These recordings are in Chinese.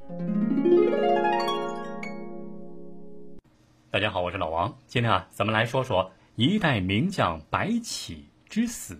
大家好，我是老王。今天咱们来说说一代名将白起之死。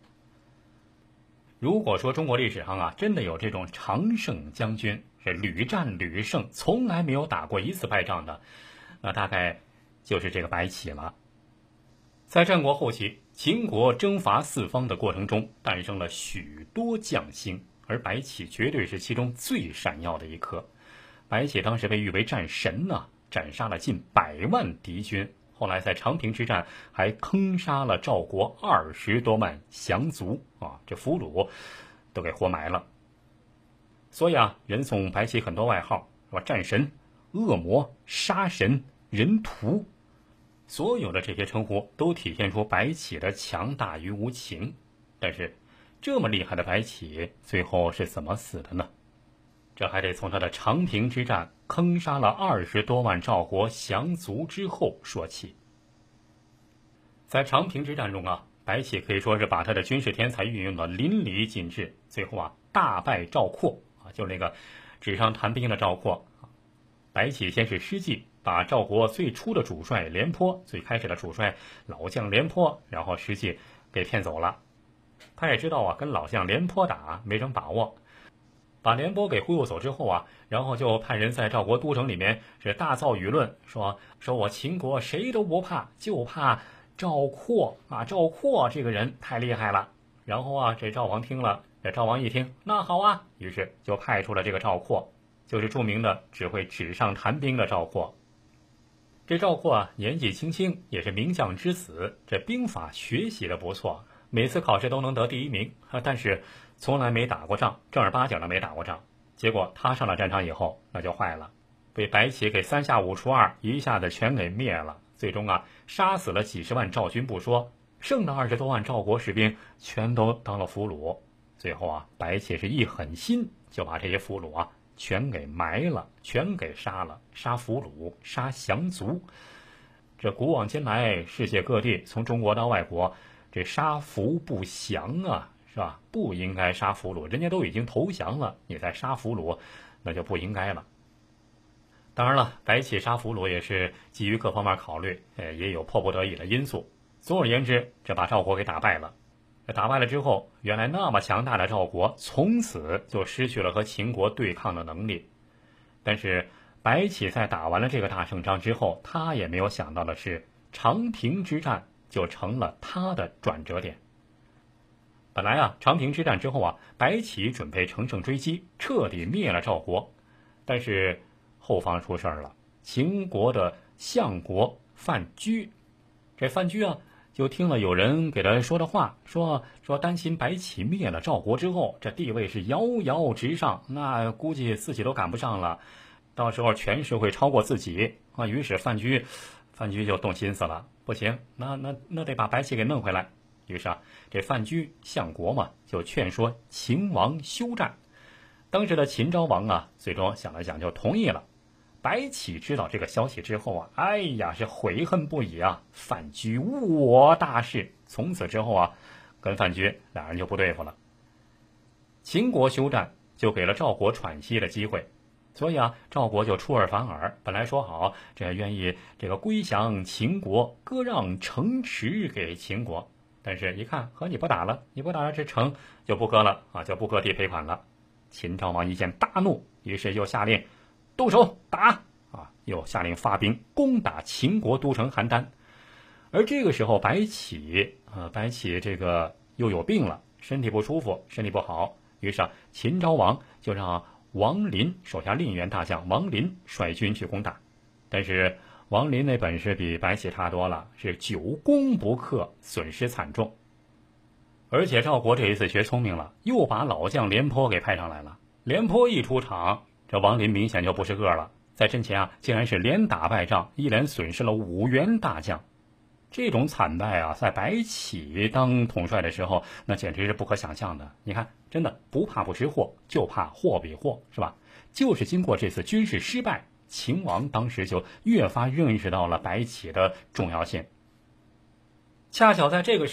如果说中国历史上真的有这种常胜将军，是屡战屡胜，从来没有打过一次败仗的，那大概就是这个白起了。在战国后期，秦国征伐四方的过程中，诞生了许多将星，而白起绝对是其中最闪耀的一颗。白起当时被誉为战神斩杀了近100万敌军，后来在长平之战还坑杀了赵国20多万降卒这俘虏都给活埋了。所以人送白起很多外号，说战神、恶魔、杀神、人屠，所有的这些称呼都体现出白起的强大与无情。但是这么厉害的白起最后是怎么死的呢？这还得从他的长平之战坑杀了20多万赵国降卒之后说起。在长平之战中白起可以说是把他的军事天才运用得淋漓尽致，最后大败赵括就是那个纸上谈兵的赵括。白起先是施计，把赵国最初的主帅廉颇，最开始的主帅老将廉颇，然后施计给骗走了。他也知道跟老将廉颇打没什么把握，把廉颇给忽悠走之后然后就派人在赵国都城里面是大造舆论，说我秦国谁都不怕，就怕赵括赵括这个人太厉害了。然后这赵王听了，这赵王一听，那好于是就派出了这个赵括，就是著名的只会纸上谈兵的赵括。这赵括年纪轻轻，也是名将之子，这兵法学习的不错，每次考试都能得第1名但是从来没打过仗，正儿八经的没打过仗。结果他上了战场以后，那就坏了，被白起给3下5除2，一下子全给灭了。最终杀死了几十万赵军不说，剩的20多万赵国士兵全都当了俘虏。最后白起是一狠心，就把这些俘虏全给埋了，全给杀了，杀俘虏，杀降卒。这古往今来，世界各地从中国到外国，这杀俘不降是吧？不应该杀俘虏，人家都已经投降了，你再杀俘虏，那就不应该了。当然了，白起杀俘虏也是基于各方面考虑，也有迫不得已的因素。总而言之，这把赵国给打败了。打败了之后，原来那么强大的赵国从此就失去了和秦国对抗的能力。但是白起在打完了这个大胜仗之后，他也没有想到的是，长平之战就成了他的转折点。本来长平之战之后白起准备乘胜追击，彻底灭了赵国。但是后方出事了，秦国的相国范雎，这范雎就听了有人给他说的话，说担心白起灭了赵国之后，这地位是遥遥直上，那估计自己都赶不上了，到时候权势会超过自己于是范雎就动心思了，不行，那得把白起给弄回来。于是这范雎相国嘛，就劝说秦王休战。当时的秦昭王最终想了想就同意了。白起知道这个消息之后哎呀，是悔恨不已范雎误我大事。从此之后跟范雎俩人就不对付了。秦国休战就给了赵国喘息的机会，所以赵国就出尔反尔，本来说好这愿意这个归降秦国，割让城池给秦国，但是一看和你不打了，这城就不割了就不割地赔款了。秦昭王一见大怒，于是又下令动手打又下令发兵攻打秦国都城邯郸。而这个时候白起这个又有病了，身体不舒服，身体不好，于是秦昭王就让王林手下另一员大将王林率军去攻打。但是王林那本事比白起差多了，是久攻不克，损失惨重。而且赵国这一次学聪明了，又把老将廉颇给派上来了。廉颇一出场，这王林明显就不是个了，在阵前竟然是连打败仗，一连损失了5员大将。这种惨败在白起当统帅的时候，那简直是不可想象的。你看，真的不怕不吃货，就怕货比货，是吧？就是经过这次军事失败，秦王当时就越发认识到了白起的重要性。恰巧在这个时候，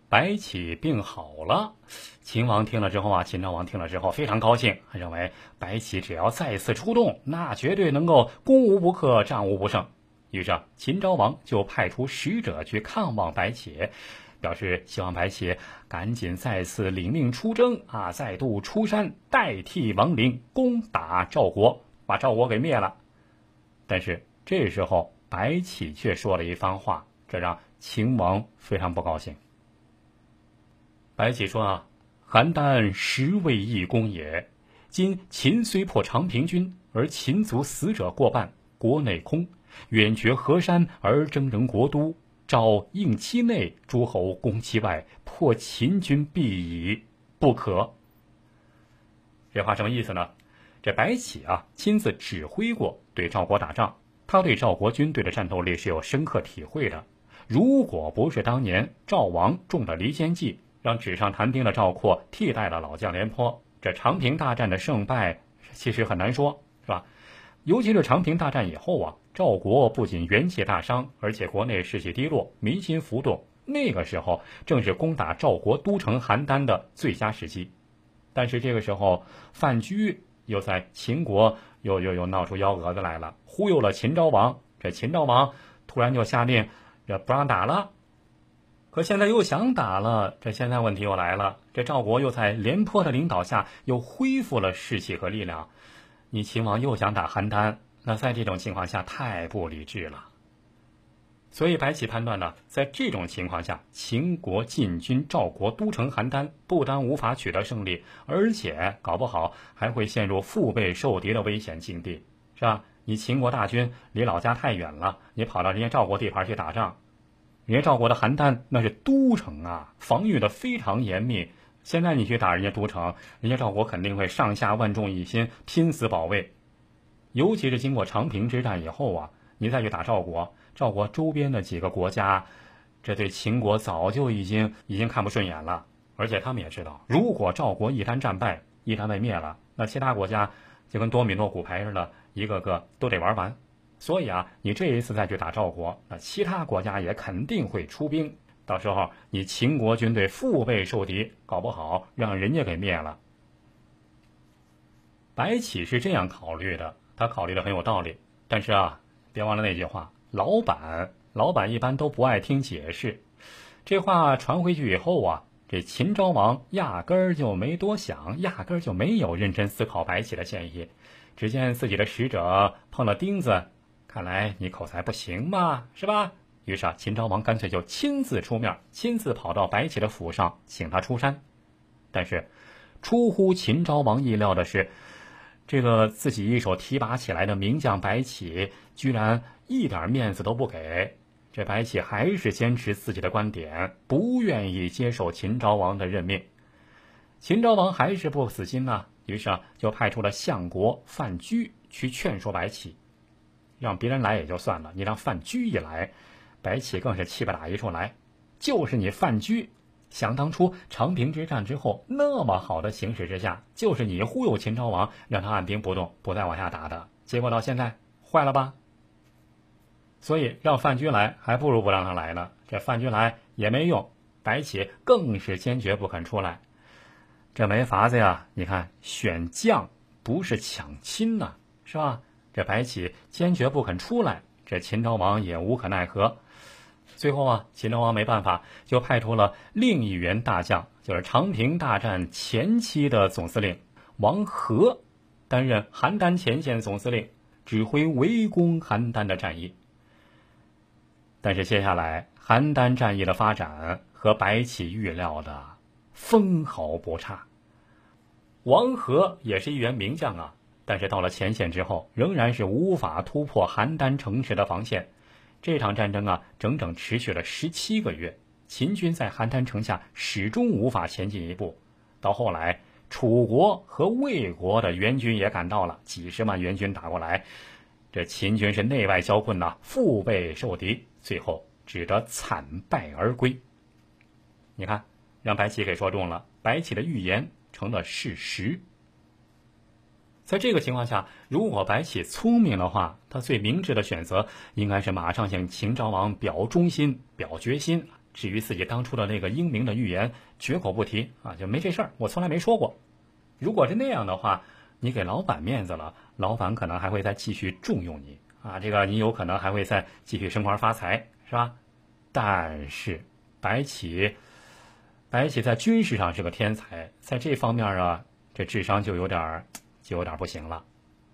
白起病好了。秦王听了之后秦昭王听了之后非常高兴，认为白起只要再次出动，那绝对能够攻无不克，战无不胜。于是秦昭王就派出使者去看望白起，表示希望白起赶紧再次领命出征再度出山，代替王陵攻打赵国，把赵国给灭了。但是这时候白起却说了一番话，这让秦王非常不高兴。白起说邯郸实为义公也，今秦虽破长平军，而秦族死者过半，国内空，远绝河山而征人国都，赵应其内，诸侯攻其外，破秦军必矣，不可。这话什么意思呢？这白起亲自指挥过对赵国打仗，他对赵国军队的战斗力是有深刻体会的。如果不是当年赵王中了离间计，让纸上谈兵的赵括替代了老将廉颇，这长平大战的胜败其实很难说，是吧？尤其是长平大战以后赵国不仅元气大伤，而且国内士气低落，民心浮动。那个时候正是攻打赵国都城邯郸的最佳时机。但是这个时候范雎又在秦国又闹出幺蛾子来了，忽悠了秦昭王。这秦昭王突然就下令不让打了，可现在又想打了。这现在问题又来了，这赵国又在廉颇的领导下又恢复了士气和力量，你秦王又想打邯郸，那在这种情况下太不理智了。所以白起判断在这种情况下，秦国进军赵国都城邯郸，不但无法取得胜利，而且搞不好还会陷入腹背受敌的危险境地，是吧？你秦国大军离老家太远了，你跑到人家赵国地盘去打仗，人家赵国的邯郸那是都城防御的非常严密，现在你去打人家都城，人家赵国肯定会上下万众一心，拼死保卫。尤其是经过长平之战以后你再去打赵国，赵国周边的几个国家，这对秦国早就已经看不顺眼了。而且他们也知道，如果赵国一旦战败，一旦被灭了，那其他国家就跟多米诺骨牌似的，一个个都得玩完。所以你这一次再去打赵国，那其他国家也肯定会出兵，到时候你秦国军队腹背受敌，搞不好让人家给灭了。白起是这样考虑的，他考虑的很有道理。但是别忘了那句话，老板一般都不爱听解释。这话传回去以后这秦昭王压根儿就没多想，压根儿就没有认真思考白起的建议。只见自己的使者碰了钉子，看来你口才不行嘛，是吧？于是秦昭王干脆就亲自出面，亲自跑到白起的府上请他出山。但是出乎秦昭王意料的是，这个自己一手提拔起来的名将白起居然一点面子都不给。这白起还是坚持自己的观点，不愿意接受秦昭王的任命。秦昭王还是不死心于是就派出了相国范雎去劝说白起。让别人来也就算了，你让范雎一来，白起更是气不打一处来。就是你范雎，想当初长平之战之后那么好的形势之下，就是你忽悠秦昭王，让他按兵不动，不再往下打的，结果到现在坏了吧？所以让范雎来还不如不让他来呢。这范雎来也没用，白起更是坚决不肯出来。这没法子呀，你看选将不是抢亲是吧？这白起坚决不肯出来，这秦昭王也无可奈何。最后秦昭王没办法，就派出了另一员大将，就是长平大战前期的总司令王和，担任邯郸前线总司令，指挥围攻邯郸的战役。但是接下来邯郸战役的发展和白起预料的分毫不差。王和也是一员名将但是到了前线之后，仍然是无法突破邯郸城池的防线。这场战争整整持续了17个月，秦军在邯郸城下始终无法前进一步。到后来，楚国和魏国的援军也赶到了，几十万援军打过来，这秦军是内外交困腹背受敌，最后只得惨败而归。你看，让白起给说中了，白起的预言成了事实。在这个情况下，如果白起聪明的话，他最明智的选择应该是马上向秦昭王表忠心、表决心， 至于自己当初的那个英明的预言，绝口不提啊，就没这事儿，我从来没说过。如果是那样的话，你给老板面子了，老板可能还会再继续重用你啊，这个你有可能还会再继续升官发财，是吧？但是白起在军事上是个天才，在这方面啊，这智商就有点不行了。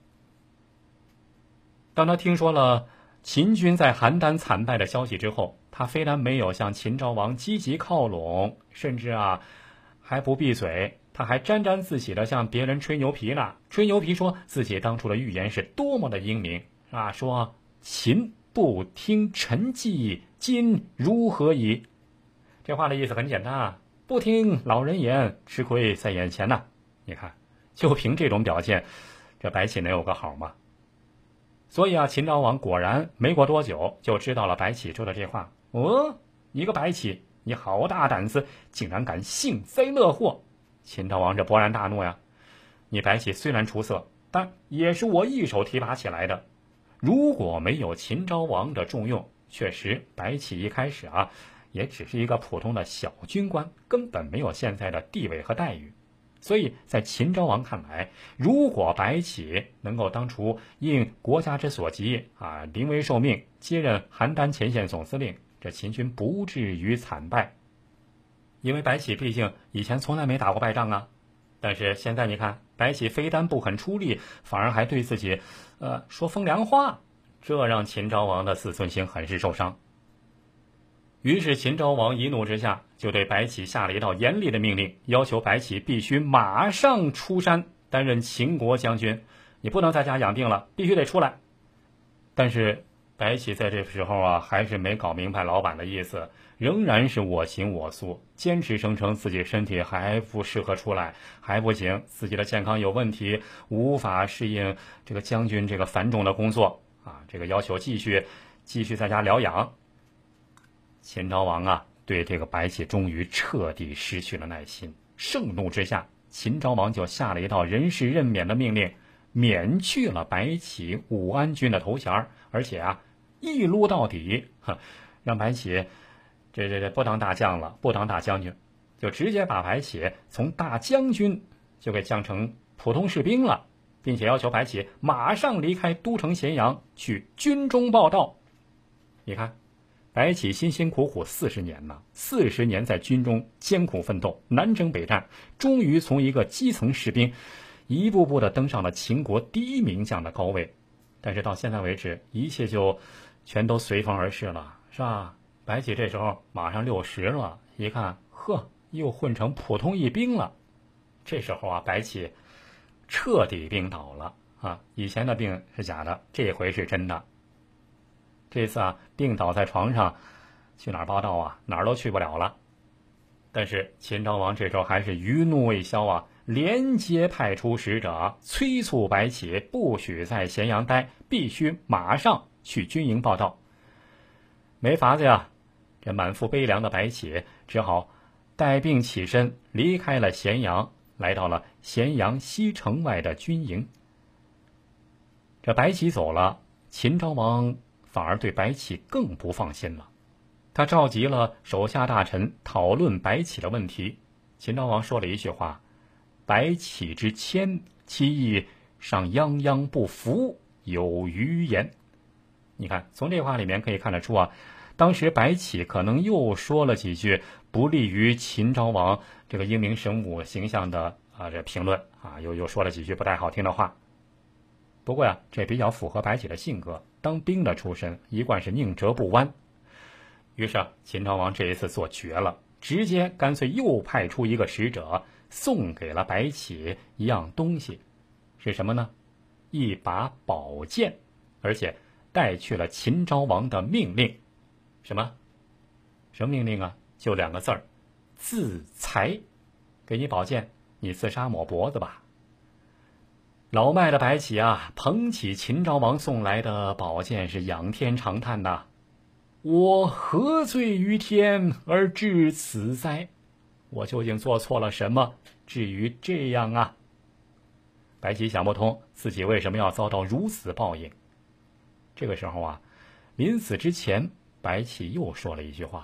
当他听说了秦军在邯郸惨败的消息之后，他非但没有向秦昭王积极靠拢，甚至还不闭嘴，他还沾沾自喜的向别人吹牛皮呢，吹牛皮说自己当初的预言是多么的英明啊，说秦不听臣计，今如何矣？这话的意思很简单啊，不听老人言，吃亏在眼前呐。你看，就凭这种表现，这白起能有个好吗？所以秦昭王果然没过多久就知道了白起说的这话。一个白起，你好大胆子，竟然敢幸灾乐祸！秦昭王这勃然大怒呀！你白起虽然出色，但也是我一手提拔起来的。如果没有秦昭王的重用，确实白起一开始也只是一个普通的小军官，根本没有现在的地位和待遇。所以在秦昭王看来，如果白起能够当初应国家之所急临危受命，接任邯郸前线总司令，这秦军不至于惨败。因为白起毕竟以前从来没打过败仗啊。但是现在你看，白起非但不肯出力，反而还对自己说风凉话，这让秦昭王的自尊心很是受伤。于是秦昭王一怒之下，就对白起下了一道严厉的命令，要求白起必须马上出山担任秦国将军，你不能在家养病了，必须得出来。但是白起在这时候还是没搞明白老板的意思，仍然是我行我素，坚持声称自己身体还不适合出来，还不行，自己的健康有问题，无法适应这个将军这个繁重的工作这个要求继续在家疗养。秦昭王对这个白起终于彻底失去了耐心，盛怒之下，秦昭王就下了一道人事任免的命令，免去了白起武安军的头衔，而且一撸到底，让白起这不当大将了，不当大将军，就直接把白起从大将军就给降成普通士兵了，并且要求白起马上离开都城咸阳，去军中报道。你看，白起辛辛苦苦40年呢，40年在军中艰苦奋斗，南征北战，终于从一个基层士兵一步步的登上了秦国第一名将的高位。但是到现在为止，一切就全都随风而逝了，是吧？白起这时候马上60了，一看，又混成普通一兵了。这时候白起彻底病倒了以前的病是假的，这回是真的。这次病倒在床上，去哪儿报道哪儿都去不了了。但是秦昭王这时候还是余怒未消连接派出使者催促白起不许在咸阳待，必须马上去军营报道。没法子呀，这满腹悲凉的白起只好带病起身离开了咸阳，来到了咸阳西城外的军营。这白起走了，秦昭王反而对白起更不放心了。他召集了手下大臣讨论白起的问题。秦昭王说了一句话：白起之谦，其意尚泱泱不服，有余言。你看，从这话里面可以看得出当时白起可能又说了几句不利于秦昭王这个英明神武形象的这评论又说了几句不太好听的话。不过这比较符合白起的性格，当兵的出身，一贯是宁折不弯。于是秦昭王这一次做绝了，直接干脆又派出一个使者送给了白起一样东西。是什么呢？一把宝剑，而且带去了秦昭王的命令。什么命令就2个字儿：自裁。给你宝剑，你自杀抹脖子吧。老迈的白起捧起秦昭王送来的宝剑，是仰天长叹呐：我何罪于天而至此哉？我究竟做错了什么，至于这样白起想不通自己为什么要遭到如此报应。这个时候临死之前，白起又说了一句话，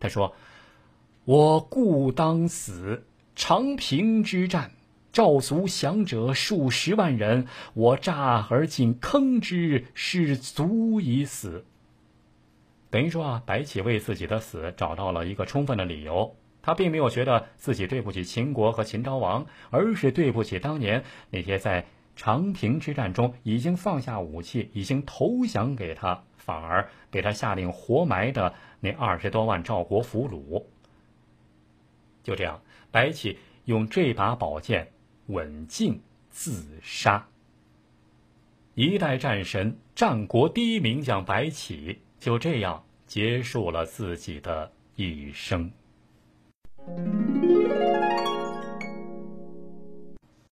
他说：“我故当死，长平之战，赵族降者数十万人，我诈而进坑之，是足以死。”等于说白起为自己的死找到了一个充分的理由。他并没有觉得自己对不起秦国和秦昭王，而是对不起当年那些在长平之战中已经放下武器、已经投降给他，反而给他下令活埋的那20多万赵国俘虏。就这样，白起用这把宝剑刎颈自杀。一代战神、战国第一名将白起就这样结束了自己的一生。